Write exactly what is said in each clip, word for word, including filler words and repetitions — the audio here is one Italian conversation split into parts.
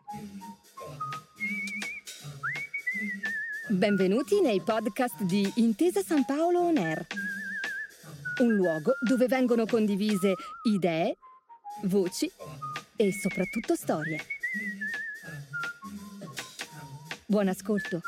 Benvenuti nei podcast di Intesa Sanpaolo On Air, un luogo dove vengono condivise idee, voci e soprattutto storie. Buon ascolto.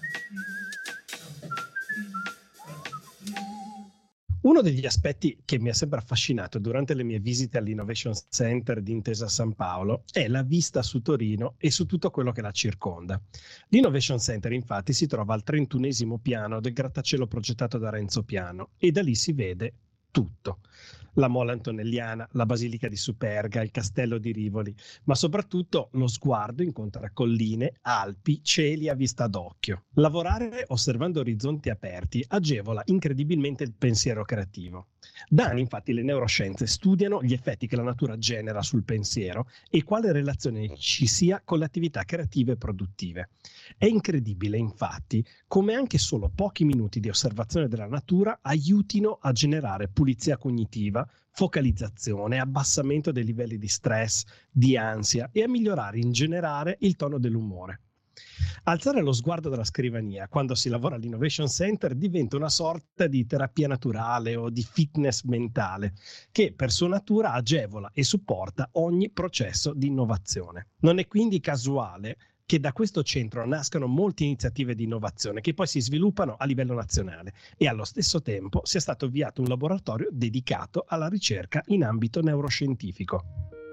Uno degli aspetti che mi ha sempre affascinato durante le mie visite all'Innovation Center di Intesa Sanpaolo è la vista su Torino e su tutto quello che la circonda. L'Innovation Center infatti si trova al trentunesimo piano del grattacielo progettato da Renzo Piano e da lì si vede tutto. La Mola Antonelliana, la Basilica di Superga, il Castello di Rivoli, ma soprattutto lo sguardo incontra colline, Alpi, cieli a vista d'occhio. Lavorare osservando orizzonti aperti agevola incredibilmente il pensiero creativo. Da anni infatti le neuroscienze studiano gli effetti che la natura genera sul pensiero e quale relazione ci sia con le attività creative e produttive. È incredibile infatti come anche solo pochi minuti di osservazione della natura aiutino a generare pulizia cognitiva, focalizzazione, abbassamento dei livelli di stress, di ansia e a migliorare in generale il tono dell'umore. Alzare lo sguardo dalla scrivania quando si lavora all'Innovation Center diventa una sorta di terapia naturale o di fitness mentale che per sua natura agevola e supporta ogni processo di innovazione. Non è quindi casuale che da questo centro nascano molte iniziative di innovazione che poi si sviluppano a livello nazionale e allo stesso tempo sia stato avviato un laboratorio dedicato alla ricerca in ambito neuroscientifico.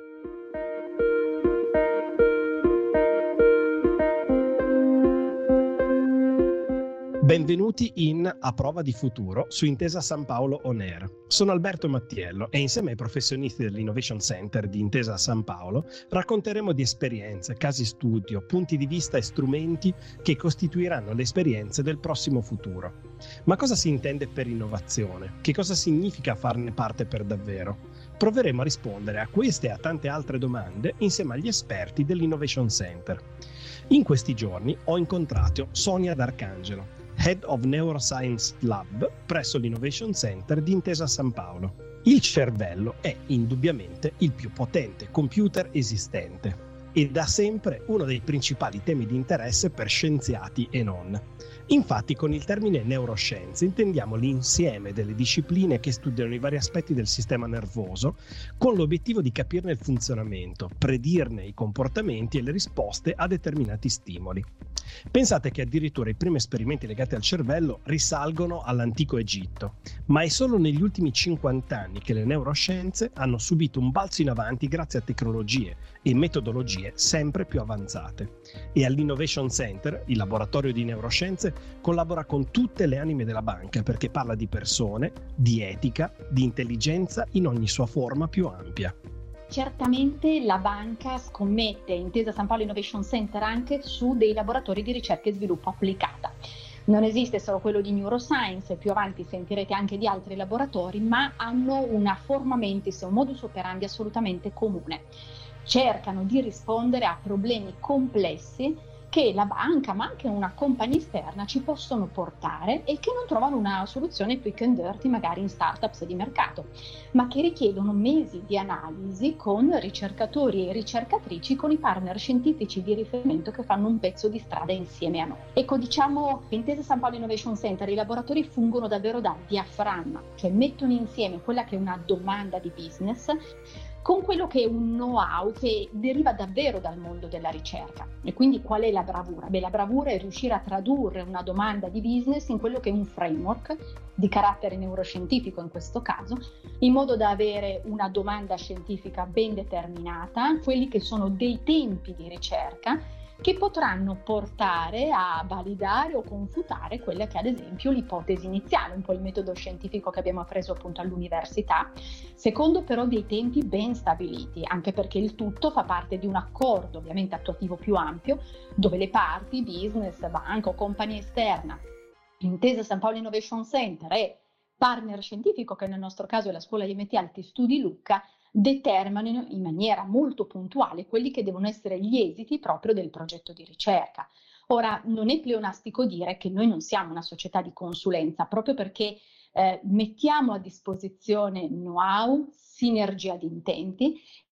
Benvenuti in A Prova di Futuro su Intesa Sanpaolo On Air. Sono Alberto Mattiello e insieme ai professionisti dell'Innovation Center di Intesa Sanpaolo racconteremo di esperienze, casi studio, punti di vista e strumenti che costituiranno le esperienze del prossimo futuro. Ma cosa si intende per innovazione? Che cosa significa farne parte per davvero? Proveremo a rispondere a queste e a tante altre domande insieme agli esperti dell'Innovation Center. In questi giorni ho incontrato Sonia D'Arcangelo, Head of Neuroscience Lab presso l'Innovation Center di Intesa Sanpaolo. Il cervello è indubbiamente il più potente computer esistente e da sempre uno dei principali temi di interesse per scienziati e non. Infatti con il termine neuroscienze intendiamo l'insieme delle discipline che studiano i vari aspetti del sistema nervoso con l'obiettivo di capirne il funzionamento, predirne i comportamenti e le risposte a determinati stimoli. Pensate che addirittura i primi esperimenti legati al cervello risalgono all'antico Egitto, ma è solo negli ultimi cinquanta anni che le neuroscienze hanno subito un balzo in avanti grazie a tecnologie e metodologie sempre più avanzate. E all'Innovation Center, il laboratorio di neuroscienze, collabora con tutte le anime della banca perché parla di persone, di etica, di intelligenza in ogni sua forma più ampia. Certamente la banca scommette, Intesa Sanpaolo Innovation Center, anche su dei laboratori di ricerca e sviluppo applicata. Non esiste solo quello di neuroscience, più avanti sentirete anche di altri laboratori, ma hanno una forma mentis e un modus operandi assolutamente comune. Cercano di rispondere a problemi complessi che la banca, ma anche una compagnia esterna, ci possono portare e che non trovano una soluzione quick and dirty magari in startups di mercato, ma che richiedono mesi di analisi con ricercatori e ricercatrici, con i partner scientifici di riferimento che fanno un pezzo di strada insieme a noi. Ecco, diciamo, Intesa Sanpaolo Innovation Center, i laboratori fungono davvero da diaframma, cioè mettono insieme quella che è una domanda di business con quello che è un know-how che deriva davvero dal mondo della ricerca. E quindi qual è la bravura? Beh, la bravura è riuscire a tradurre una domanda di business in quello che è un framework di carattere neuroscientifico in questo caso, in modo da avere una domanda scientifica ben determinata, quelli che sono dei tempi di ricerca che potranno portare a validare o confutare quella che è ad esempio l'ipotesi iniziale, un po' il metodo scientifico che abbiamo appreso appunto all'università, secondo però dei tempi ben stabiliti, anche perché il tutto fa parte di un accordo ovviamente attuativo più ampio, dove le parti, business, banca o compagnia esterna, Intesa Sanpaolo Innovation Center e partner scientifico, che nel nostro caso è la Scuola di M T Alti Studi Lucca, determinano in maniera molto puntuale quelli che devono essere gli esiti proprio del progetto di ricerca. Ora, non è pleonastico dire che noi non siamo una società di consulenza, proprio perché eh, mettiamo a disposizione know-how, sinergia di intenti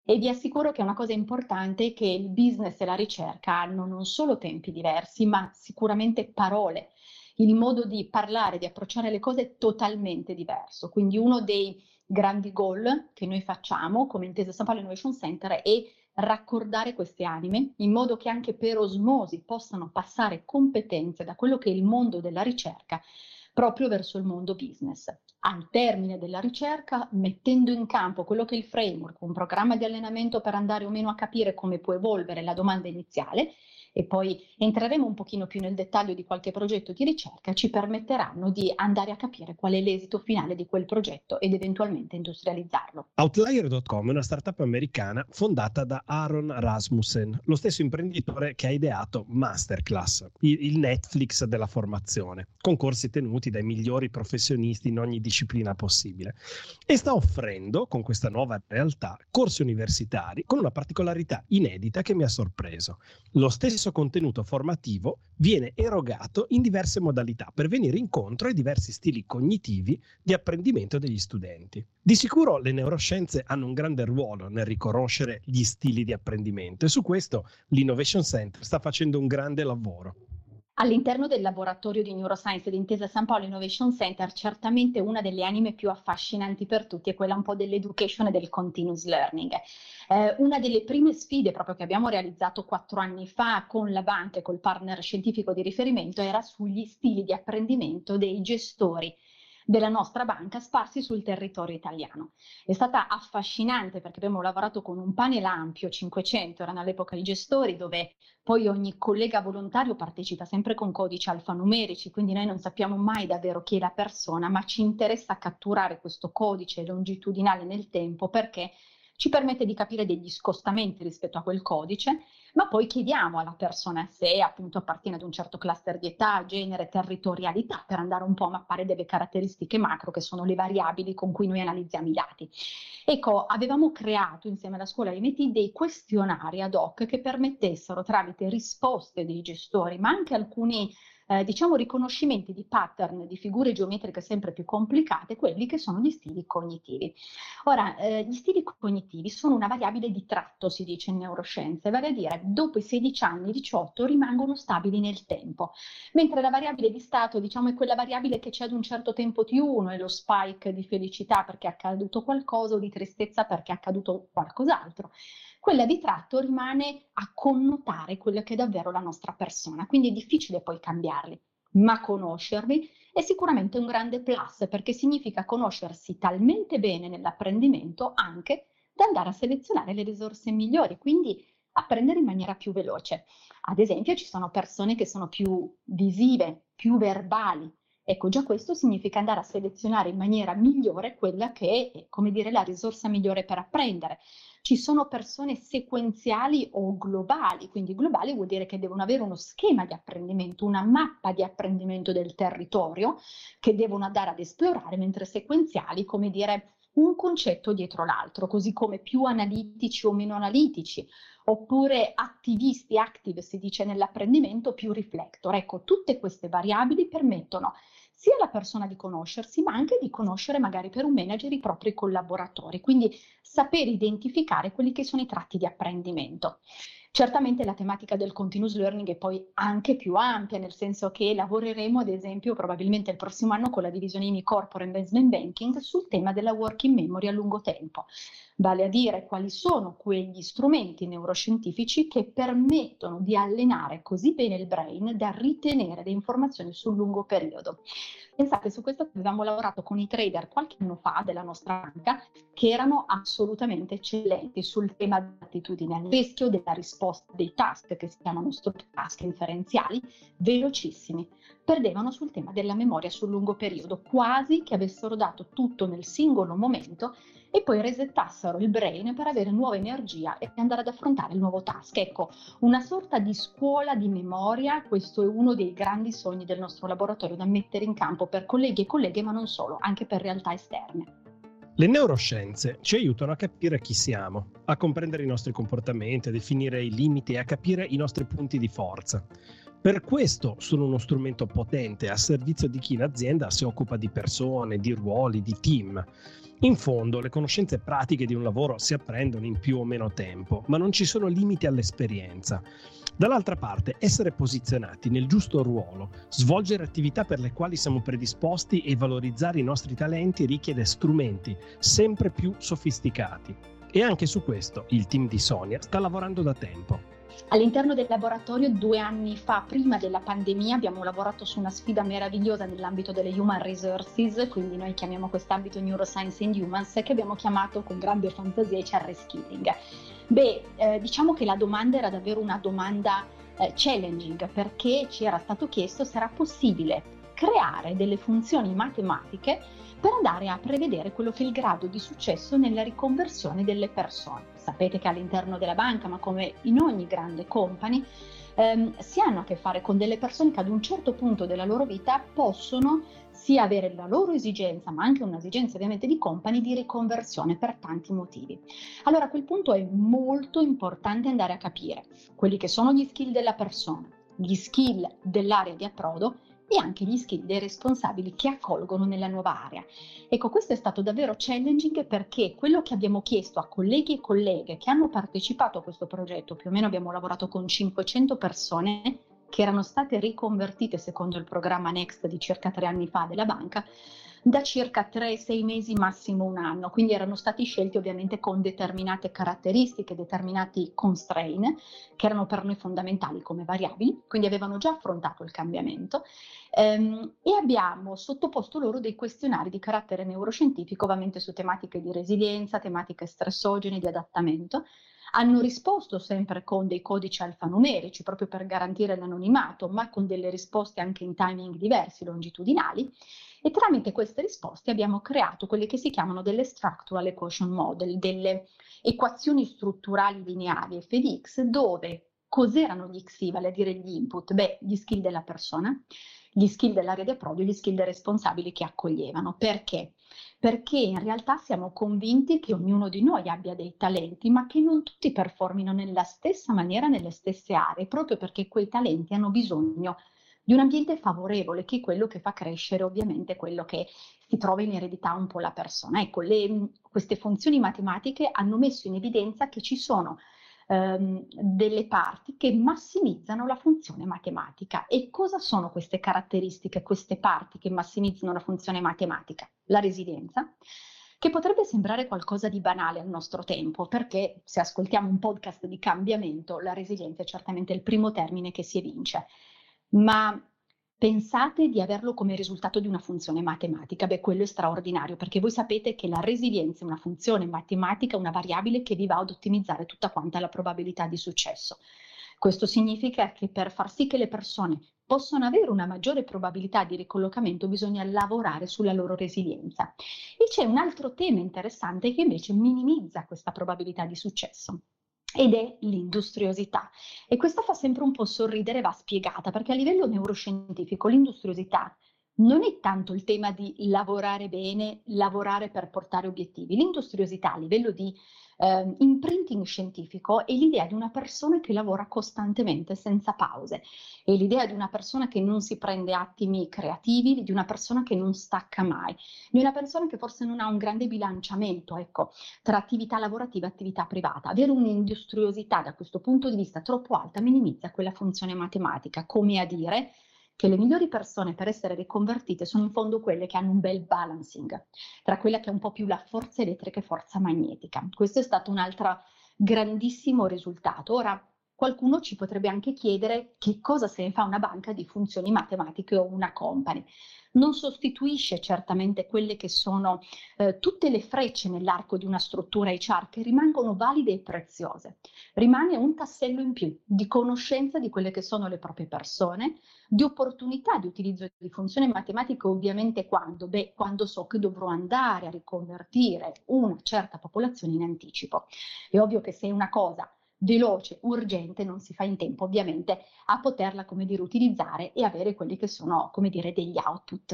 E vi assicuro che è una cosa importante che il business e la ricerca hanno non solo tempi diversi, ma sicuramente parole, il modo di parlare, di approcciare le cose è totalmente diverso. Quindi uno dei grandi goal che noi facciamo come Intesa San Paolo Innovation Center è raccordare queste anime in modo che anche per osmosi possano passare competenze da quello che è il mondo della ricerca proprio verso il mondo business. Al termine della ricerca, mettendo in campo quello che è il framework, un programma di allenamento per andare o meno a capire come può evolvere la domanda iniziale, e poi entreremo un pochino più nel dettaglio di qualche progetto di ricerca, ci permetteranno di andare a capire qual è l'esito finale di quel progetto ed eventualmente industrializzarlo. Outlier punto com è una startup americana fondata da Aron Rasmussen, lo stesso imprenditore che ha ideato Masterclass, il Netflix della formazione, con corsi tenuti dai migliori professionisti in ogni disciplina possibile, e sta offrendo con questa nuova realtà corsi universitari con una particolarità inedita che mi ha sorpreso. Lo stesso contenuto formativo viene erogato in diverse modalità per venire incontro ai diversi stili cognitivi di apprendimento degli studenti. Di sicuro le neuroscienze hanno un grande ruolo nel riconoscere gli stili di apprendimento e su questo l'Innovation Center sta facendo un grande lavoro. All'interno del laboratorio di Neuroscience di Intesa San Paolo Innovation Center, certamente una delle anime più affascinanti per tutti è quella un po' dell'education e del continuous learning. Eh, una delle prime sfide proprio che abbiamo realizzato quattro anni fa con la banca e col partner scientifico di riferimento era sugli stili di apprendimento dei gestori della nostra banca sparsi sul territorio italiano. È stata affascinante perché abbiamo lavorato con un panel ampio, cinquecento erano all'epoca i gestori, dove poi ogni collega volontario partecipa sempre con codici alfanumerici, quindi noi non sappiamo mai davvero chi è la persona, ma ci interessa catturare questo codice longitudinale nel tempo perché ci permette di capire degli scostamenti rispetto a quel codice, ma poi chiediamo alla persona se appunto appartiene ad un certo cluster di età, genere, territorialità, per andare un po' a mappare delle caratteristiche macro che sono le variabili con cui noi analizziamo i dati. Ecco, avevamo creato insieme alla scuola I M T dei questionari ad hoc che permettessero tramite risposte dei gestori, ma anche alcuni Eh, diciamo riconoscimenti di pattern, di figure geometriche sempre più complicate, quelli che sono gli stili cognitivi. Ora, eh, gli stili cognitivi sono una variabile di tratto, si dice in neuroscienze, vale a dire dopo i sedici anni, diciotto, rimangono stabili nel tempo, mentre la variabile di stato, diciamo, è quella variabile che c'è ad un certo tempo T uno, è lo spike di felicità perché è accaduto qualcosa o di tristezza perché è accaduto qualcos'altro. Quella di tratto rimane a connotare quella che è davvero la nostra persona, quindi è difficile poi cambiarli, ma conoscerli è sicuramente un grande plus perché significa conoscersi talmente bene nell'apprendimento anche da andare a selezionare le risorse migliori, quindi apprendere in maniera più veloce. Ad esempio ci sono persone che sono più visive, più verbali. Ecco, già questo significa andare a selezionare in maniera migliore quella che è, come dire, la risorsa migliore per apprendere. Ci sono persone sequenziali o globali, quindi globali vuol dire che devono avere uno schema di apprendimento, una mappa di apprendimento del territorio che devono andare ad esplorare, mentre sequenziali, come dire, un concetto dietro l'altro, così come più analitici o meno analitici, oppure attivisti, active si dice nell'apprendimento, più reflector. Ecco, tutte queste variabili permettono sia alla persona di conoscersi, ma anche di conoscere magari per un manager i propri collaboratori, quindi sapere identificare quelli che sono i tratti di apprendimento. Certamente la tematica del continuous learning è poi anche più ampia, nel senso che lavoreremo ad esempio probabilmente il prossimo anno con la divisione I M I Corporate Investment Banking sul tema della working memory a lungo tempo, vale a dire quali sono quegli strumenti neuroscientifici che permettono di allenare così bene il brain da ritenere le informazioni sul lungo periodo. Pensate, su questo avevamo lavorato con i trader qualche anno fa della nostra banca che erano assolutamente eccellenti sul tema dell'attitudine al rischio, della risposta dei task che si chiamano stop task inferenziali, velocissimi. Perdevano sul tema della memoria sul lungo periodo, quasi che avessero dato tutto nel singolo momento e poi resettassero il brain per avere nuova energia e andare ad affrontare il nuovo task. Ecco, una sorta di scuola di memoria, questo è uno dei grandi sogni del nostro laboratorio da mettere in campo per colleghi e colleghe, ma non solo, anche per realtà esterne. Le neuroscienze ci aiutano a capire chi siamo, a comprendere i nostri comportamenti, a definire i limiti e a capire i nostri punti di forza. Per questo sono uno strumento potente a servizio di chi in azienda si occupa di persone, di ruoli, di team. In fondo, le conoscenze pratiche di un lavoro si apprendono in più o meno tempo, ma non ci sono limiti all'esperienza. Dall'altra parte, essere posizionati nel giusto ruolo, svolgere attività per le quali siamo predisposti e valorizzare i nostri talenti richiede strumenti sempre più sofisticati. E anche su questo il team di Sonia sta lavorando da tempo. All'interno del laboratorio due anni fa, prima della pandemia, abbiamo lavorato su una sfida meravigliosa nell'ambito delle Human Resources, quindi noi chiamiamo quest'ambito Neuroscience and Humans, che abbiamo chiamato con grande fantasia H R Skilling. Beh, eh, diciamo che la domanda era davvero una domanda eh, challenging, perché ci era stato chiesto se era possibile creare delle funzioni matematiche per andare a prevedere quello che è il grado di successo nella riconversione delle persone. Sapete che all'interno della banca, ma come in ogni grande company, ehm, si hanno a che fare con delle persone che ad un certo punto della loro vita possono sia avere la loro esigenza, ma anche un'esigenza ovviamente di company, di riconversione per tanti motivi. Allora a quel punto è molto importante andare a capire quelli che sono gli skill della persona, gli skill dell'area di approdo e anche gli skill dei responsabili che accolgono nella nuova area. Ecco, questo è stato davvero challenging, perché quello che abbiamo chiesto a colleghi e colleghe che hanno partecipato a questo progetto, più o meno abbiamo lavorato con cinquecento persone che erano state riconvertite secondo il programma Next di circa tre anni fa della banca, da circa tre sei mesi, massimo un anno, quindi erano stati scelti ovviamente con determinate caratteristiche, determinati constraint che erano per noi fondamentali come variabili, quindi avevano già affrontato il cambiamento, ehm, e abbiamo sottoposto loro dei questionari di carattere neuroscientifico, ovviamente su tematiche di resilienza, tematiche stressogene, di adattamento. Hanno risposto sempre con dei codici alfanumerici proprio per garantire l'anonimato, ma con delle risposte anche in timing diversi, longitudinali, e tramite queste risposte abbiamo creato quelle che si chiamano delle structural equation model, delle equazioni strutturali lineari F D X, dove cos'erano gli X I, vale a dire gli input? Beh, gli skill della persona, gli skill dell'area di approdo e gli skill dei responsabili che accoglievano. Perché? Perché in realtà siamo convinti che ognuno di noi abbia dei talenti, ma che non tutti performino nella stessa maniera nelle stesse aree, proprio perché quei talenti hanno bisogno di un ambiente favorevole, che è quello che fa crescere ovviamente quello che si trova in eredità un po' la persona. Ecco, le, queste funzioni matematiche hanno messo in evidenza che ci sono ehm, delle parti che massimizzano la funzione matematica. E cosa sono queste caratteristiche, queste parti che massimizzano la funzione matematica? La resilienza, che potrebbe sembrare qualcosa di banale al nostro tempo, perché se ascoltiamo un podcast di cambiamento, la resilienza è certamente il primo termine che si evince. Ma pensate di averlo come risultato di una funzione matematica? Beh, quello è straordinario, perché voi sapete che la resilienza è una funzione matematica, una variabile che vi va ad ottimizzare tutta quanta la probabilità di successo. Questo significa che per far sì che le persone possano avere una maggiore probabilità di ricollocamento bisogna lavorare sulla loro resilienza. E c'è un altro tema interessante che invece minimizza questa probabilità di successo, ed è l'industriosità. E questa fa sempre un po' sorridere, va spiegata, perché a livello neuroscientifico l'industriosità non è tanto il tema di lavorare bene, lavorare per portare obiettivi. L'industriosità a livello di eh, imprinting scientifico è l'idea di una persona che lavora costantemente, senza pause. È l'idea di una persona che non si prende attimi creativi, di una persona che non stacca mai, di una persona che forse non ha un grande bilanciamento, ecco, tra attività lavorativa e attività privata. Avere un'industriosità da questo punto di vista troppo alta minimizza quella funzione matematica, come a dire che le migliori persone per essere riconvertite sono in fondo quelle che hanno un bel balancing tra quella che è un po' più la forza elettrica e forza magnetica. Questo è stato un altro grandissimo risultato. Ora, qualcuno ci potrebbe anche chiedere che cosa se ne fa una banca di funzioni matematiche o una company. Non sostituisce certamente quelle che sono eh, tutte le frecce nell'arco di una struttura H R che rimangono valide e preziose. Rimane un tassello in più di conoscenza di quelle che sono le proprie persone, di opportunità di utilizzo di funzioni matematiche, ovviamente quando? Beh, quando so che dovrò andare a riconvertire una certa popolazione in anticipo. È ovvio che se è una cosa veloce, urgente, non si fa in tempo ovviamente a poterla, come dire, utilizzare e avere quelli che sono, come dire, degli output.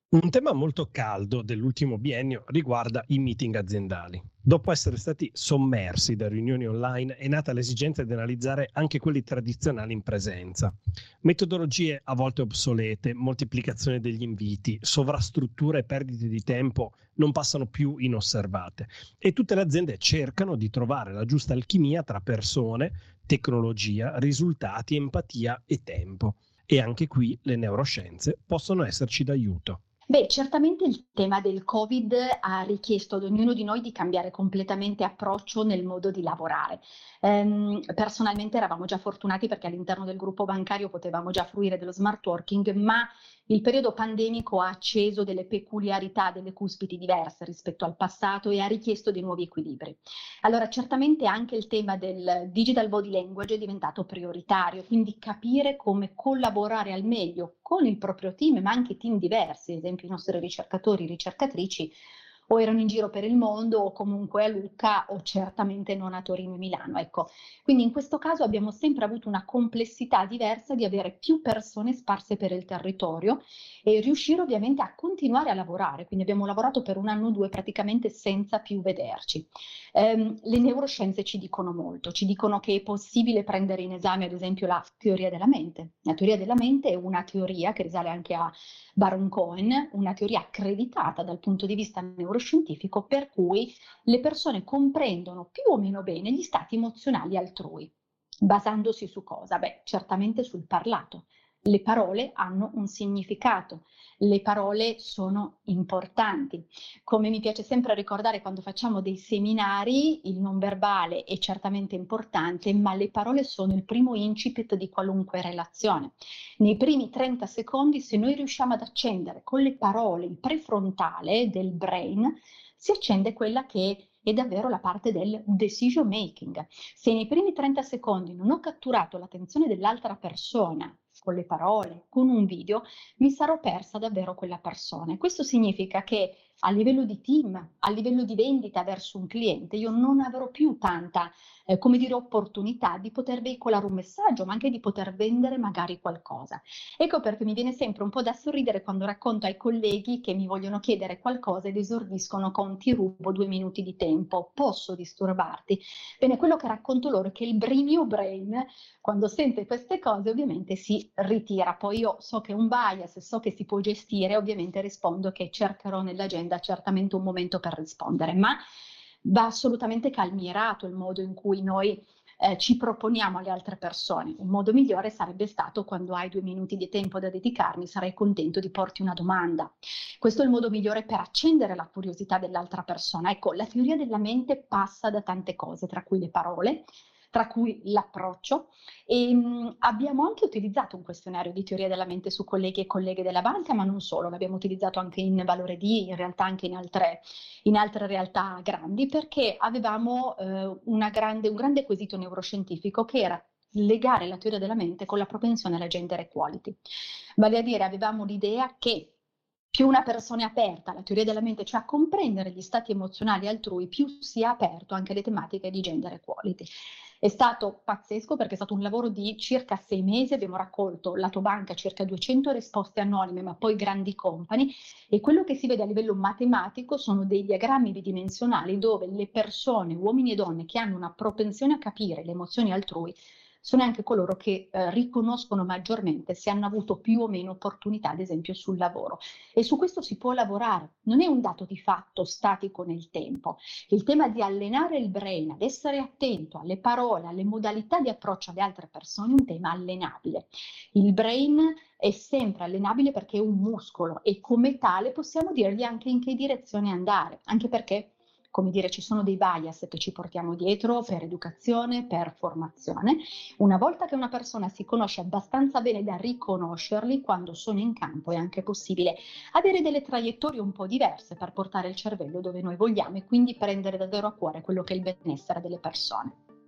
Un tema molto caldo dell'ultimo biennio riguarda i meeting aziendali. Dopo essere stati sommersi da riunioni online, è nata l'esigenza di analizzare anche quelli tradizionali in presenza. Metodologie a volte obsolete, moltiplicazione degli inviti, sovrastrutture e perdite di tempo non passano più inosservate e tutte le aziende cercano di trovare la giusta alchimia tra persone, tecnologia, risultati, empatia e tempo. E anche qui le neuroscienze possono esserci d'aiuto. Beh, certamente il tema del Covid ha richiesto ad ognuno di noi di cambiare completamente approccio nel modo di lavorare. Ehm, personalmente eravamo già fortunati perché all'interno del gruppo bancario potevamo già fruire dello smart working, ma il periodo pandemico ha acceso delle peculiarità, delle cuspidi diverse rispetto al passato e ha richiesto dei nuovi equilibri. Allora, certamente anche il tema del digital body language è diventato prioritario, quindi capire come collaborare al meglio con il proprio team, ma anche team diversi, ad esempio i nostri ricercatori e ricercatrici o erano in giro per il mondo o comunque a Lucca o certamente non a Torino e Milano. Ecco, quindi in questo caso abbiamo sempre avuto una complessità diversa di avere più persone sparse per il territorio e riuscire ovviamente a continuare a lavorare, quindi abbiamo lavorato per un anno o due praticamente senza più vederci. Um, le neuroscienze ci dicono molto, ci dicono che è possibile prendere in esame ad esempio la teoria della mente. La teoria della mente è una teoria che risale anche a Baron Cohen, una teoria accreditata dal punto di vista neuroscientifico per cui le persone comprendono più o meno bene gli stati emozionali altrui. Basandosi su cosa? Beh, certamente sul parlato. Le parole hanno un significato, le parole sono importanti. Come mi piace sempre ricordare quando facciamo dei seminari, il non verbale è certamente importante, ma le parole sono il primo incipit di qualunque relazione. Nei primi trenta secondi, se noi riusciamo ad accendere con le parole il prefrontale del brain, si accende quella che è davvero la parte del decision making. Se nei primi trenta secondi non ho catturato l'attenzione dell'altra persona con le parole, con un video, mi sarò persa davvero quella persona. Questo significa che a livello di team, a livello di vendita verso un cliente, io non avrò più tanta, eh, come dire, opportunità di poter veicolare un messaggio, ma anche di poter vendere magari qualcosa. Ecco perché mi viene sempre un po' da sorridere quando racconto ai colleghi che mi vogliono chiedere qualcosa ed esordiscono con ti rubo due minuti di tempo, posso disturbarti? Bene, quello che racconto loro è che il mio brain, quando sente queste cose, ovviamente si ritira. Poi io so che è un bias, so che si può gestire, ovviamente rispondo che cercherò nell'agenda certamente un momento per rispondere, ma va assolutamente calmierato il modo in cui noi eh, ci proponiamo alle altre persone. Un modo migliore sarebbe stato: quando hai due minuti di tempo da dedicarmi, sarei contento di porti una domanda. Questo è il modo migliore per accendere la curiosità dell'altra persona. Ecco, la teoria della mente passa da tante cose, tra cui le parole, tra cui l'approccio, e mh, abbiamo anche utilizzato un questionario di teoria della mente su colleghi e colleghe della banca, ma non solo, l'abbiamo utilizzato anche in Valore D, in realtà anche in altre, in altre realtà grandi, perché avevamo eh, una grande, un grande quesito neuroscientifico che era legare la teoria della mente con la propensione alla gender equality. Vale a dire, avevamo l'idea che più una persona è aperta alla teoria della mente, cioè a comprendere gli stati emozionali altrui, più sia aperto anche alle tematiche di gender equality. È stato pazzesco perché è stato un lavoro di circa sei mesi, abbiamo raccolto lato banca circa duecento risposte anonime, ma poi grandi company, e quello che si vede a livello matematico sono dei diagrammi bidimensionali dove le persone, uomini e donne, che hanno una propensione a capire le emozioni altrui sono anche coloro che eh, riconoscono maggiormente se hanno avuto più o meno opportunità, ad esempio sul lavoro. E su questo si può lavorare, non è un dato di fatto statico nel tempo. Il tema di allenare il brain, ad essere attento alle parole, alle modalità di approccio alle altre persone, è un tema allenabile. Il brain è sempre allenabile perché è un muscolo e come tale possiamo dirgli anche in che direzione andare, anche perché, come dire, ci sono dei bias che ci portiamo dietro per educazione, per formazione. Una volta che una persona si conosce abbastanza bene da riconoscerli, quando sono in campo è anche possibile avere delle traiettorie un po' diverse per portare il cervello dove noi vogliamo e quindi prendere davvero a cuore quello che è il benessere delle persone.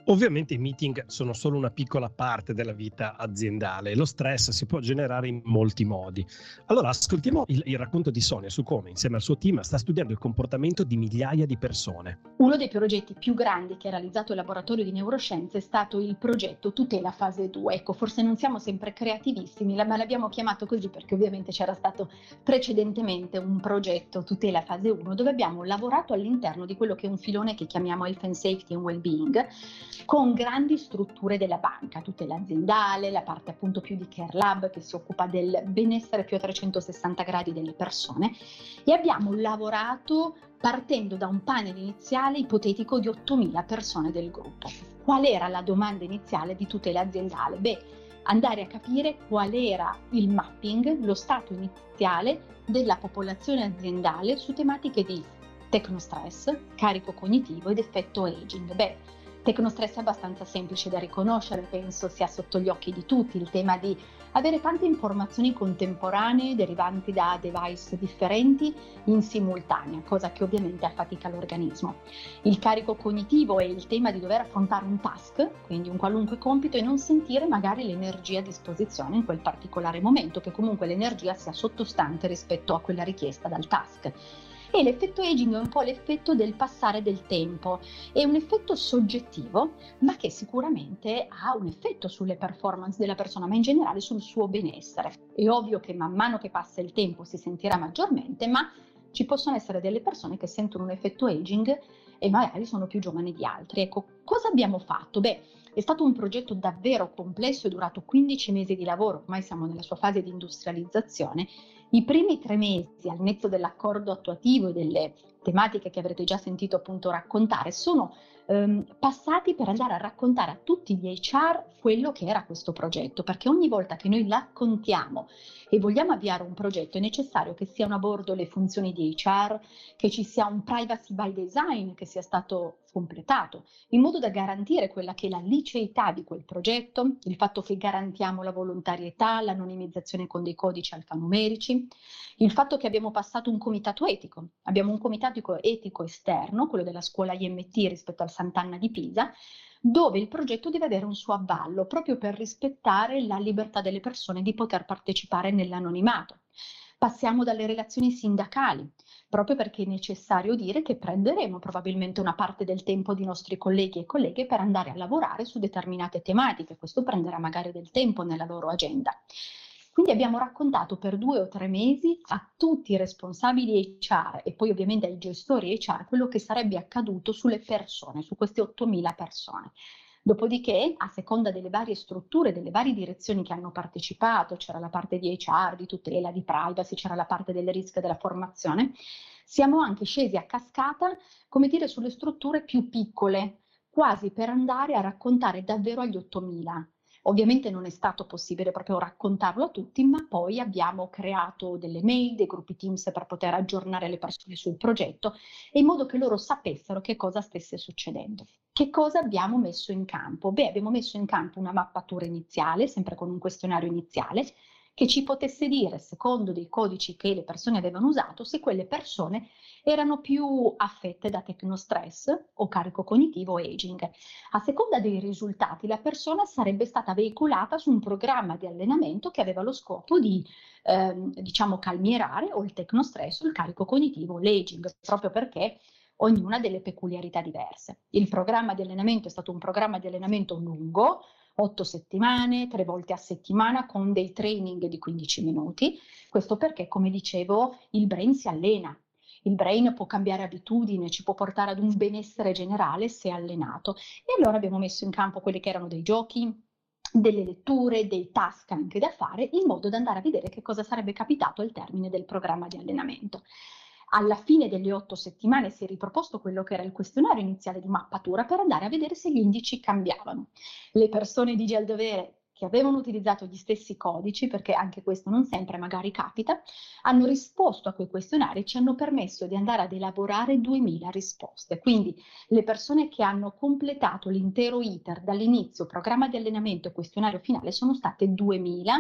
Ovviamente i meeting sono solo una piccola parte della vita aziendale e lo stress si può generare in molti modi. Allora ascoltiamo il, il racconto di Sonia su come insieme al suo team sta studiando il comportamento di migliaia di persone. Uno dei progetti più grandi che ha realizzato il laboratorio di neuroscienze è stato il progetto Tutela Fase due. Ecco, forse non siamo sempre creativissimi, ma l'abbiamo chiamato così perché ovviamente c'era stato precedentemente un progetto Tutela Fase uno dove abbiamo lavorato all'interno di quello che è un filone che chiamiamo Health and Safety and Wellbeing, con grandi strutture della banca, tutela aziendale, la parte appunto più di Care Lab che si occupa del benessere più a trecentosessanta gradi delle persone, e abbiamo lavorato partendo da un panel iniziale ipotetico di ottomila persone del gruppo. Qual era la domanda iniziale di tutela aziendale? Beh, andare a capire qual era il mapping, lo stato iniziale della popolazione aziendale su tematiche di tecnostress, carico cognitivo ed effetto aging. Beh, tecnostress è abbastanza semplice da riconoscere, penso sia sotto gli occhi di tutti, il tema di avere tante informazioni contemporanee derivanti da device differenti in simultanea, cosa che ovviamente affatica l'organismo. Il carico cognitivo è il tema di dover affrontare un task, quindi un qualunque compito, e non sentire magari l'energia a disposizione in quel particolare momento, che comunque l'energia sia sottostante rispetto a quella richiesta dal task. E l'effetto aging è un po' l'effetto del passare del tempo, è un effetto soggettivo, ma che sicuramente ha un effetto sulle performance della persona, ma in generale sul suo benessere. È ovvio che man mano che passa il tempo si sentirà maggiormente, ma ci possono essere delle persone che sentono un effetto aging e magari sono più giovani di altri. Ecco, cosa abbiamo fatto? Beh, è stato un progetto davvero complesso, è durato quindici mesi di lavoro, ormai siamo nella sua fase di industrializzazione. I primi tre mesi, al netto dell'accordo attuativo e delle tematiche che avrete già sentito appunto raccontare, sono ehm, passati per andare a raccontare a tutti gli H R quello che era questo progetto, perché ogni volta che noi raccontiamo e vogliamo avviare un progetto è necessario che siano a bordo le funzioni di H R, che ci sia un privacy by design che sia stato completato, in modo da garantire quella che è la liceità di quel progetto, il fatto che garantiamo la volontarietà, l'anonimizzazione con dei codici alfanumerici, il fatto che abbiamo passato un comitato etico, abbiamo un comitato etico esterno, quello della scuola I M T rispetto al Sant'Anna di Pisa, dove il progetto deve avere un suo avvallo, proprio per rispettare la libertà delle persone di poter partecipare nell'anonimato. Passiamo dalle relazioni sindacali, proprio perché è necessario dire che prenderemo probabilmente una parte del tempo di nostri colleghi e colleghe per andare a lavorare su determinate tematiche, questo prenderà magari del tempo nella loro agenda. Quindi abbiamo raccontato per due o tre mesi a tutti i responsabili H R e poi ovviamente ai gestori H R quello che sarebbe accaduto sulle persone, su queste ottomila persone. Dopodiché, a seconda delle varie strutture, delle varie direzioni che hanno partecipato, c'era la parte di H R, di tutela, di privacy, c'era la parte del rischio e della formazione, siamo anche scesi a cascata, come dire, sulle strutture più piccole, quasi per andare a raccontare davvero agli ottomila. Ovviamente non è stato possibile proprio raccontarlo a tutti, ma poi abbiamo creato delle mail, dei gruppi Teams per poter aggiornare le persone sul progetto, in modo che loro sapessero che cosa stesse succedendo. Che cosa abbiamo messo in campo? Beh, abbiamo messo in campo una mappatura iniziale, sempre con un questionario iniziale, che ci potesse dire, secondo dei codici che le persone avevano usato, se quelle persone erano più affette da tecnostress o carico cognitivo o aging. A seconda dei risultati, la persona sarebbe stata veicolata su un programma di allenamento che aveva lo scopo di, ehm, diciamo, calmierare o il tecnostress o il carico cognitivo o l'aging, proprio perché ognuna ha delle peculiarità diverse. Il programma di allenamento è stato un programma di allenamento lungo, otto settimane, tre volte a settimana, con dei training di quindici minuti. Questo perché, come dicevo, il brain si allena. Il brain può cambiare abitudine, ci può portare ad un benessere generale se allenato. E allora abbiamo messo in campo quelli che erano dei giochi, delle letture, dei task anche da fare, in modo da andare a vedere che cosa sarebbe capitato al termine del programma di allenamento. Alla fine delle otto settimane si è riproposto quello che era il questionario iniziale di mappatura per andare a vedere se gli indici cambiavano. Le persone di Geldovere che avevano utilizzato gli stessi codici, perché anche questo non sempre magari capita, hanno risposto a quei questionari e ci hanno permesso di andare ad elaborare duemila risposte. Quindi le persone che hanno completato l'intero iter dall'inizio, programma di allenamento e questionario finale, sono state duemila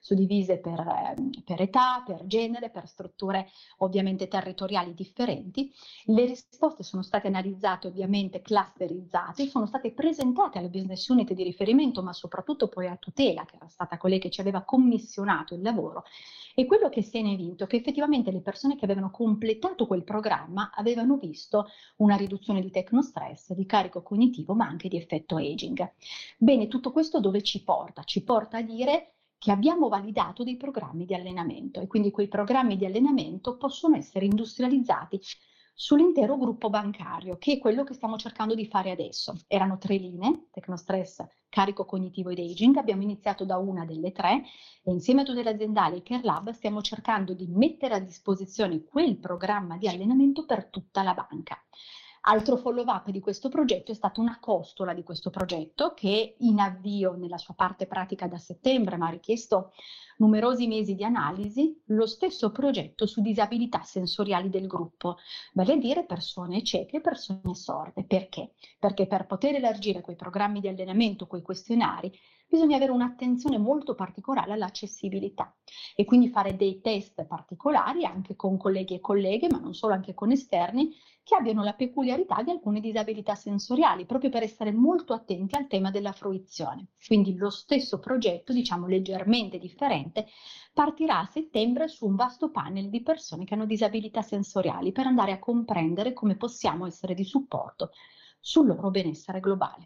suddivise per, eh, per età, per genere, per strutture ovviamente territoriali differenti. Le risposte sono state analizzate, ovviamente clusterizzate, sono state presentate alle business unit di riferimento, ma soprattutto poi a Tutela, che era stata colei che ci aveva commissionato il lavoro. E quello che se ne è vinto è che effettivamente le persone che avevano completato quel programma avevano visto una riduzione di tecnostress, di carico cognitivo, ma anche di effetto aging. Bene, tutto questo dove ci porta? Ci porta a dire che abbiamo validato dei programmi di allenamento e quindi quei programmi di allenamento possono essere industrializzati sull'intero gruppo bancario, che è quello che stiamo cercando di fare adesso. Erano tre linee: tecnostress, carico cognitivo ed aging. Abbiamo iniziato da una delle tre e insieme a Tutela Aziendale e Care Lab stiamo cercando di mettere a disposizione quel programma di allenamento per tutta la banca. Altro follow-up di questo progetto è stata una costola di questo progetto che è in avvio nella sua parte pratica da settembre, ma ha richiesto numerosi mesi di analisi, lo stesso progetto su disabilità sensoriali del gruppo, vale a dire persone cieche e persone sorde. Perché? Perché per poter elargire quei programmi di allenamento, quei questionari, bisogna avere un'attenzione molto particolare all'accessibilità e quindi fare dei test particolari anche con colleghi e colleghe, ma non solo, anche con esterni, che abbiano la peculiarità di alcune disabilità sensoriali, proprio per essere molto attenti al tema della fruizione. Quindi lo stesso progetto, diciamo leggermente differente, partirà a settembre su un vasto panel di persone che hanno disabilità sensoriali per andare a comprendere come possiamo essere di supporto sul loro benessere globale.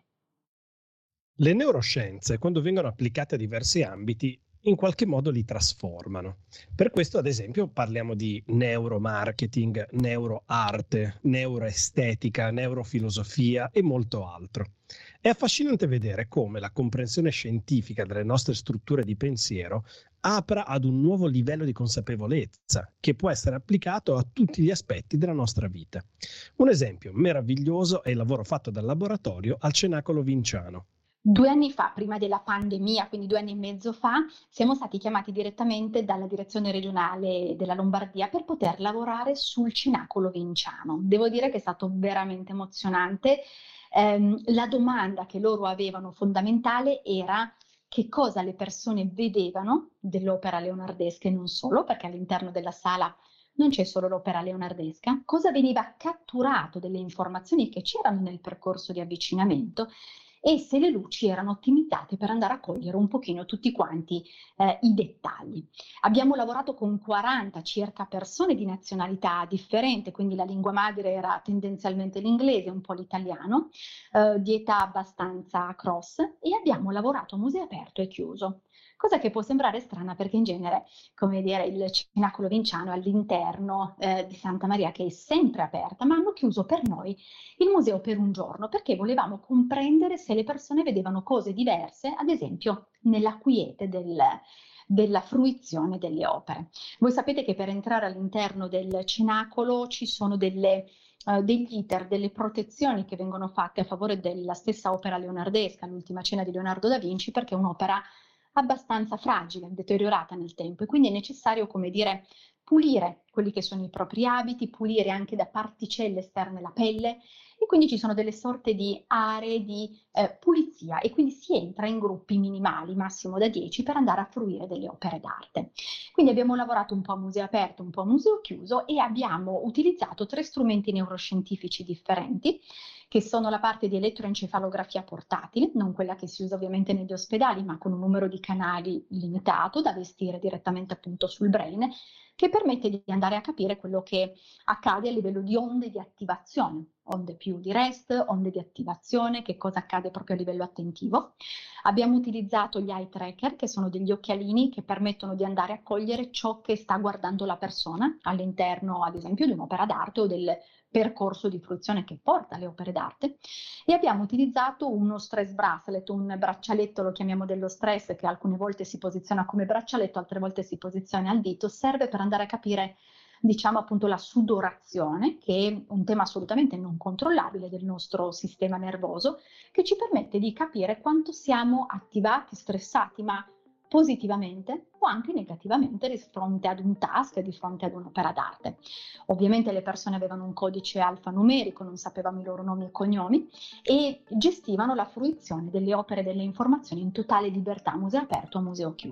Le neuroscienze, quando vengono applicate a diversi ambiti, in qualche modo li trasformano. Per questo, ad esempio, parliamo di neuromarketing, neuroarte, neuroestetica, neurofilosofia e molto altro. È affascinante vedere come la comprensione scientifica delle nostre strutture di pensiero apra ad un nuovo livello di consapevolezza che può essere applicato a tutti gli aspetti della nostra vita. Un esempio meraviglioso è il lavoro fatto dal laboratorio al Cenacolo Vinciano. Due anni fa, prima della pandemia, quindi due anni e mezzo fa, siamo stati chiamati direttamente dalla direzione regionale della Lombardia per poter lavorare sul Cenacolo Vinciano. Devo dire che è stato veramente emozionante. Eh, la domanda che loro avevano fondamentale era: che cosa le persone vedevano dell'opera leonardesca e non solo, perché all'interno della sala non c'è solo l'opera leonardesca, cosa veniva catturato delle informazioni che c'erano nel percorso di avvicinamento e se le luci erano ottimizzate per andare a cogliere un pochino tutti quanti eh, i dettagli. Abbiamo lavorato con quaranta circa persone di nazionalità differente, quindi la lingua madre era tendenzialmente l'inglese, un po' l'italiano, eh, di età abbastanza cross, e abbiamo lavorato a museo aperto e chiuso. Cosa che può sembrare strana perché in genere, come dire, il Cenacolo Vinciano è all'interno eh, di Santa Maria, che è sempre aperta, ma hanno chiuso per noi il museo per un giorno perché volevamo comprendere se le persone vedevano cose diverse, ad esempio nella quiete del, della fruizione delle opere. Voi sapete che per entrare all'interno del cenacolo ci sono delle Uh, degli iter, delle protezioni che vengono fatte a favore della stessa opera leonardesca, l'Ultima Cena di Leonardo da Vinci, perché è un'opera abbastanza fragile, deteriorata nel tempo, e quindi è necessario, come dire, pulire quelli che sono i propri abiti, pulire anche da particelle esterne la pelle, e quindi ci sono delle sorte di aree di eh, pulizia e quindi si entra in gruppi minimali, massimo da dieci, per andare a fruire delle opere d'arte. Quindi abbiamo lavorato un po' a museo aperto, un po' a museo chiuso e abbiamo utilizzato tre strumenti neuroscientifici differenti, che sono la parte di elettroencefalografia portatile, non quella che si usa ovviamente negli ospedali, ma con un numero di canali limitato da vestire direttamente appunto sul brain, che permette di andare a capire quello che accade a livello di onde di attivazione, onde più di rest, onde di attivazione, che cosa accade proprio a livello attentivo. Abbiamo utilizzato gli eye tracker, che sono degli occhialini che permettono di andare a cogliere ciò che sta guardando la persona all'interno, ad esempio, di un'opera d'arte o del percorso di fruizione che porta alle opere d'arte, e abbiamo utilizzato uno stress bracelet, un braccialetto, lo chiamiamo dello stress, che alcune volte si posiziona come braccialetto, altre volte si posiziona al dito, serve per andare a capire, diciamo appunto, la sudorazione, che è un tema assolutamente non controllabile del nostro sistema nervoso, che ci permette di capire quanto siamo attivati, stressati, ma positivamente o anche negativamente di fronte ad un task, di fronte ad un'opera d'arte. Ovviamente le persone avevano un codice alfanumerico, non sapevamo i loro nomi e cognomi, e gestivano la fruizione delle opere e delle informazioni in totale libertà, museo aperto o museo chiuso.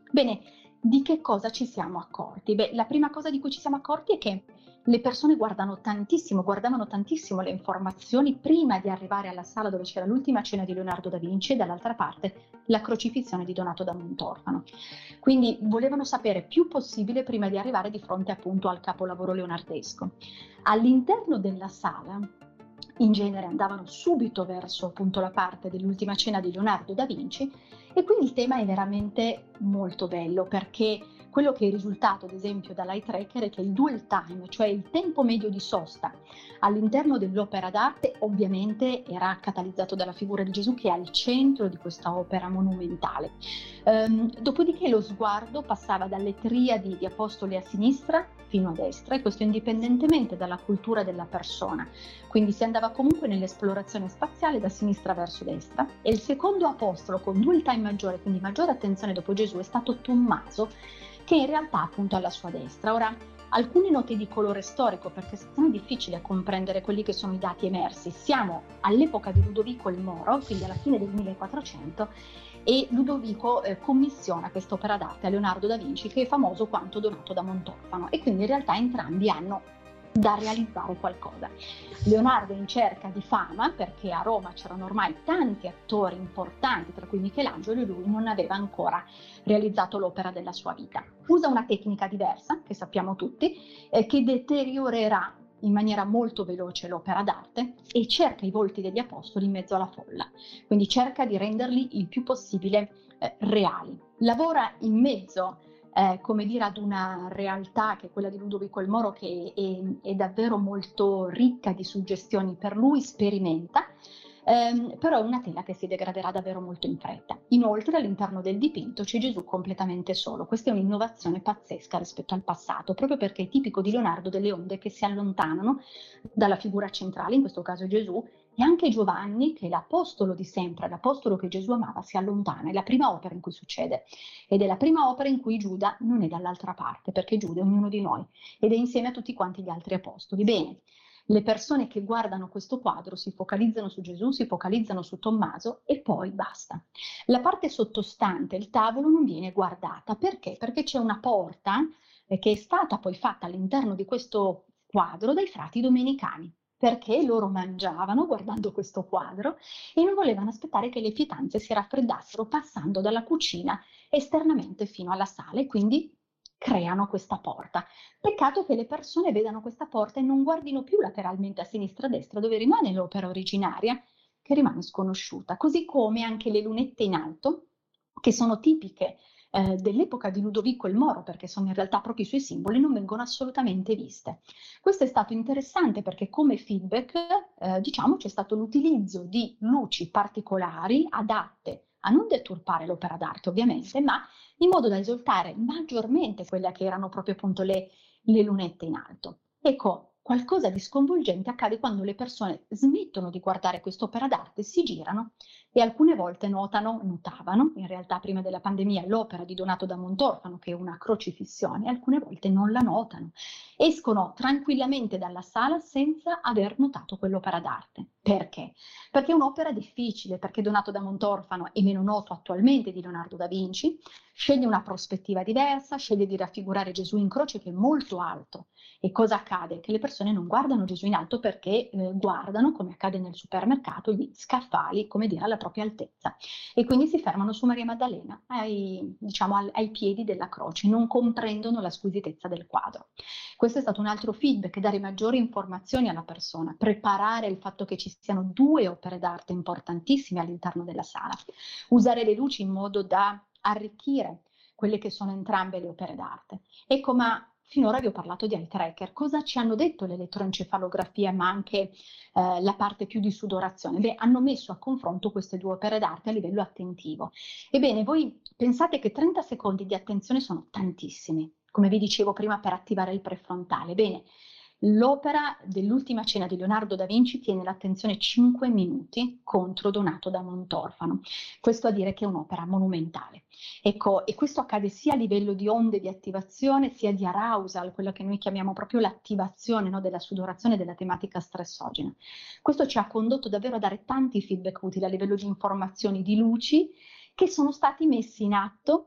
Bene, di che cosa ci siamo accorti? Beh, la prima cosa di cui ci siamo accorti è che le persone guardano tantissimo, guardavano tantissimo le informazioni prima di arrivare alla sala dove c'era l'ultima cena di Leonardo da Vinci e dall'altra parte la crocifissione di Donato da Montorfano. Quindi volevano sapere più possibile prima di arrivare di fronte appunto al capolavoro leonardesco. All'interno della sala, in genere andavano subito verso appunto la parte dell'ultima cena di Leonardo da Vinci, e quindi il tema è veramente molto bello, perché quello che è risultato ad esempio dall'eye tracker è che il dwell time, cioè il tempo medio di sosta all'interno dell'opera d'arte, ovviamente era catalizzato dalla figura di Gesù che è al centro di questa opera monumentale. Ehm, dopodiché lo sguardo passava dalle triadi di apostoli a sinistra fino a destra, e questo indipendentemente dalla cultura della persona. Quindi si andava comunque nell'esplorazione spaziale da sinistra verso destra, e il secondo apostolo con dwell time maggiore, quindi maggiore attenzione dopo Gesù, è stato Tommaso, che in realtà appunto alla sua destra. Ora, alcune note di colore storico, perché sennò è difficile comprendere quelli che sono i dati emersi. Siamo all'epoca di Ludovico il Moro, quindi alla fine del millequattrocento, e Ludovico eh, commissiona questa opera d'arte a Leonardo da Vinci, che è famoso quanto Donato da Montorfano, e quindi in realtà entrambi hanno da realizzare qualcosa. Leonardo è in cerca di fama perché a Roma c'erano ormai tanti attori importanti, tra cui Michelangelo, e lui non aveva ancora realizzato l'opera della sua vita. Usa una tecnica diversa, che sappiamo tutti, eh, che deteriorerà in maniera molto veloce l'opera d'arte, e cerca i volti degli apostoli in mezzo alla folla, quindi cerca di renderli il più possibile eh, reali. Lavora in mezzo Eh, come dire, ad una realtà che è quella di Ludovico il Moro, che è, è davvero molto ricca di suggestioni per lui, sperimenta, ehm, però è una tela che si degraderà davvero molto in fretta. Inoltre all'interno del dipinto c'è Gesù completamente solo. Questa è un'innovazione pazzesca rispetto al passato, proprio perché è tipico di Leonardo delle onde che si allontanano dalla figura centrale, in questo caso Gesù, e anche Giovanni, che è l'apostolo di sempre, l'apostolo che Gesù amava, si allontana. È la prima opera in cui succede, ed è la prima opera in cui Giuda non è dall'altra parte, perché Giuda è ognuno di noi ed è insieme a tutti quanti gli altri apostoli. Bene, le persone che guardano questo quadro si focalizzano su Gesù, si focalizzano su Tommaso, e poi basta. La parte sottostante, il tavolo, non viene guardata. Perché? Perché c'è una porta eh, che è stata poi fatta all'interno di questo quadro dai frati domenicani, perché loro mangiavano guardando questo quadro e non volevano aspettare che le pietanze si raffreddassero passando dalla cucina esternamente fino alla sala, e quindi creano questa porta. Peccato che le persone vedano questa porta e non guardino più lateralmente a sinistra e a destra, dove rimane l'opera originaria, che rimane sconosciuta, così come anche le lunette in alto, che sono tipiche eh, dell'epoca di Ludovico il Moro, perché sono in realtà proprio i suoi simboli, non vengono assolutamente viste. Questo è stato interessante perché come feedback, eh, diciamo, c'è stato l'utilizzo di luci particolari adatte a non deturpare l'opera d'arte ovviamente, ma in modo da esaltare maggiormente quelle che erano proprio appunto le, le lunette in alto. Ecco, qualcosa di sconvolgente accade quando le persone smettono di guardare quest'opera d'arte, si girano e alcune volte notano, notavano, in realtà prima della pandemia, l'opera di Donato da Montorfano, che è una crocifissione, e alcune volte non la notano. Escono tranquillamente dalla sala senza aver notato quell'opera d'arte. Perché? Perché è un'opera difficile, perché Donato da Montorfano è meno noto attualmente di Leonardo da Vinci, sceglie una prospettiva diversa, sceglie di raffigurare Gesù in croce che è molto alto. E cosa accade? Che le persone non guardano Gesù in alto perché eh, guardano, come accade nel supermercato, gli scaffali, come dire, alla propria altezza. E quindi si fermano su Maria Maddalena, ai, diciamo, ai, ai piedi della croce, non comprendono la squisitezza del quadro. Questo è stato un altro feedback: dare maggiori informazioni alla persona, preparare il fatto che ci siano due opere d'arte importantissime all'interno della sala, usare le luci in modo da arricchire quelle che sono entrambe le opere d'arte. Ecco, ma finora vi ho parlato di eye tracker. Cosa ci hanno detto l'elettroencefalografia, ma anche eh, la parte più di sudorazione? Beh, hanno messo a confronto queste due opere d'arte a livello attentivo. Ebbene, voi pensate che trenta secondi di attenzione sono tantissimi, come vi dicevo prima, per attivare il prefrontale. Bene, l'opera dell'ultima cena di Leonardo da Vinci tiene l'attenzione cinque minuti contro Donato da Montorfano. Questo a dire che è un'opera monumentale. Ecco, e questo accade sia a livello di onde di attivazione, sia di arousal, quella che noi chiamiamo proprio l'attivazione, no, della sudorazione, della tematica stressogena. Questo ci ha condotto davvero a dare tanti feedback utili a livello di informazioni, di luci, che sono stati messi in atto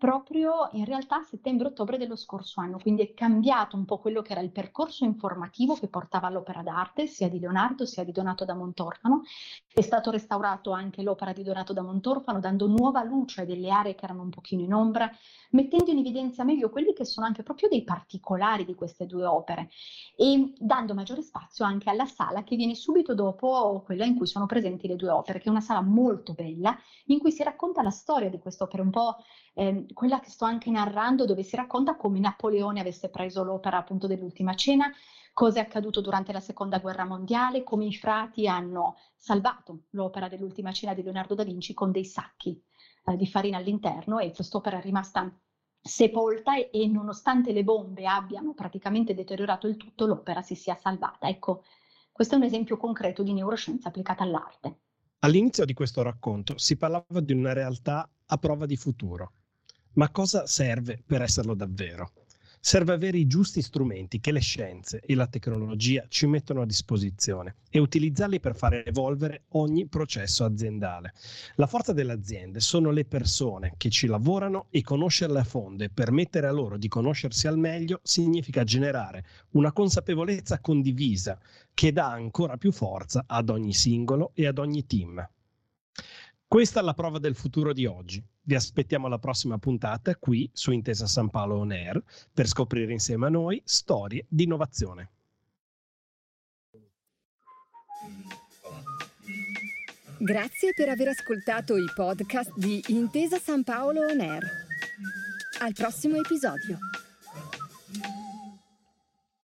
proprio in realtà a settembre-ottobre dello scorso anno, quindi è cambiato un po' quello che era il percorso informativo che portava all'opera d'arte, sia di Leonardo sia di Donato da Montorfano. È stato restaurato anche l'opera di Donato da Montorfano, dando nuova luce a delle aree che erano un pochino in ombra, mettendo in evidenza meglio quelli che sono anche proprio dei particolari di queste due opere e dando maggiore spazio anche alla sala che viene subito dopo quella in cui sono presenti le due opere, che è una sala molto bella in cui si racconta la storia di quest'opera, un po' eh, quella che sto anche narrando, dove si racconta come Napoleone avesse preso l'opera appunto dell'Ultima Cena, cosa è accaduto durante la Seconda Guerra Mondiale, come i frati hanno salvato l'opera dell'Ultima Cena di Leonardo da Vinci con dei sacchi eh, di farina all'interno, e quest'opera è rimasta sepolta e, e nonostante le bombe abbiano praticamente deteriorato il tutto, l'opera si sia salvata. Ecco, questo è un esempio concreto di neuroscienza applicata all'arte. All'inizio di questo racconto si parlava di una realtà a prova di futuro. Ma cosa serve per esserlo davvero? Serve avere i giusti strumenti che le scienze e la tecnologia ci mettono a disposizione e utilizzarli per fare evolvere ogni processo aziendale. La forza delle aziende sono le persone che ci lavorano, e conoscerle a fondo e permettere a loro di conoscersi al meglio significa generare una consapevolezza condivisa che dà ancora più forza ad ogni singolo e ad ogni team. Questa è la prova del futuro di oggi. Vi aspettiamo alla prossima puntata qui su Intesa San Paolo On Air per scoprire insieme a noi storie di innovazione. Grazie per aver ascoltato i podcast di Intesa San Paolo On Air. Al prossimo episodio.